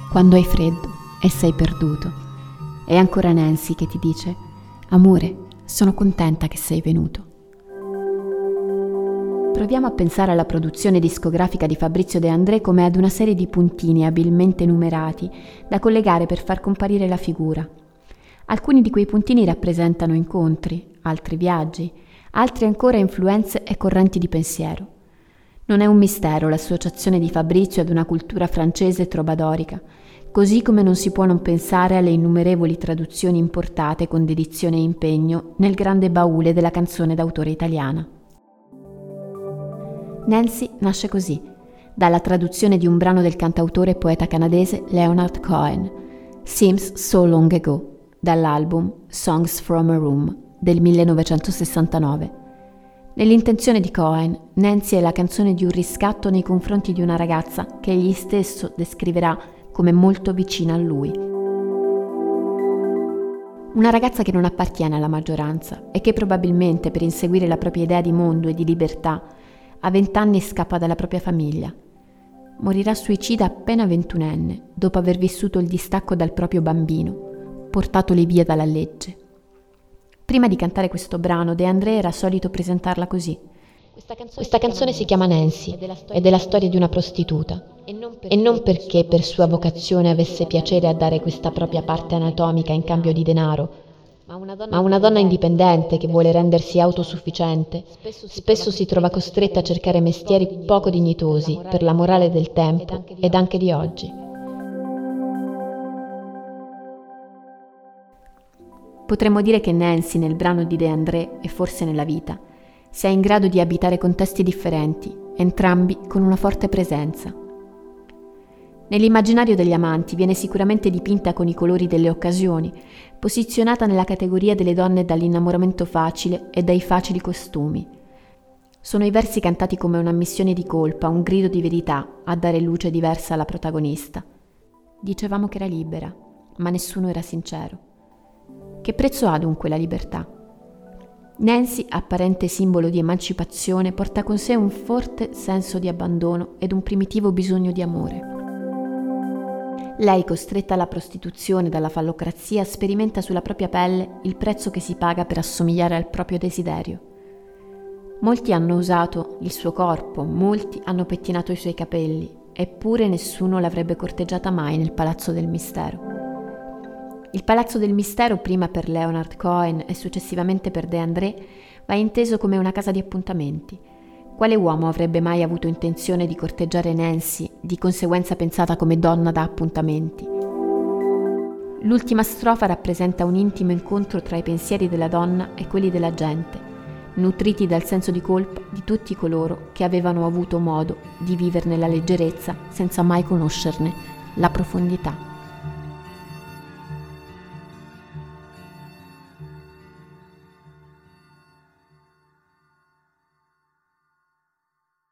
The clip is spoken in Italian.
quando hai freddo e sei perduto. È ancora Nancy che ti dice: amore, sono contenta che sei venuto. Proviamo a pensare alla produzione discografica di Fabrizio De André come ad una serie di puntini abilmente numerati da collegare per far comparire la figura. Alcuni di quei puntini rappresentano incontri, altri viaggi, altri ancora influenze e correnti di pensiero. Non è un mistero l'associazione di Fabrizio ad una cultura francese trovadorica, così come non si può non pensare alle innumerevoli traduzioni importate con dedizione e impegno nel grande baule della canzone d'autore italiana. Nancy nasce così, dalla traduzione di un brano del cantautore e poeta canadese Leonard Cohen, Seems So Long Ago, dall'album Songs from a Room del 1969. Nell'intenzione di Cohen, Nancy è la canzone di un riscatto nei confronti di una ragazza che egli stesso descriverà come molto vicina a lui. Una ragazza che non appartiene alla maggioranza e che probabilmente per inseguire la propria idea di mondo e di libertà a 20 anni scappa dalla propria famiglia. Morirà suicida appena 21enne, dopo aver vissuto il distacco dal proprio bambino, portatoli via dalla legge. Prima di cantare questo brano, De André era solito presentarla così. Questa canzone si chiama Nancy ed è la storia di una prostituta, e non perché per sua vocazione avesse piacere a dare questa propria parte anatomica in cambio di denaro, ma una donna indipendente che vuole rendersi autosufficiente, spesso si trova costretta a cercare mestieri poco dignitosi per la morale del tempo ed anche di oggi. Potremmo dire che Nancy nel brano di De André e forse nella vita sia in grado di abitare contesti differenti, entrambi con una forte presenza. Nell'immaginario degli amanti viene sicuramente dipinta con i colori delle occasioni, posizionata nella categoria delle donne dall'innamoramento facile e dai facili costumi. Sono i versi cantati come un'ammissione di colpa, un grido di verità a dare luce diversa alla protagonista. Dicevamo che era libera, ma nessuno era sincero. Che prezzo ha dunque la libertà? Nancy, apparente simbolo di emancipazione, porta con sé un forte senso di abbandono ed un primitivo bisogno di amore. Lei, costretta alla prostituzione dalla fallocrazia, sperimenta sulla propria pelle il prezzo che si paga per assomigliare al proprio desiderio. Molti hanno usato il suo corpo, molti hanno pettinato i suoi capelli, eppure nessuno l'avrebbe corteggiata mai nel Palazzo del Mistero. Il Palazzo del Mistero, prima per Leonard Cohen e successivamente per De André, va inteso come una casa di appuntamenti. Quale uomo avrebbe mai avuto intenzione di corteggiare Nancy, di conseguenza pensata come donna da appuntamenti? L'ultima strofa rappresenta un intimo incontro tra i pensieri della donna e quelli della gente, nutriti dal senso di colpa di tutti coloro che avevano avuto modo di viverne la leggerezza senza mai conoscerne la profondità.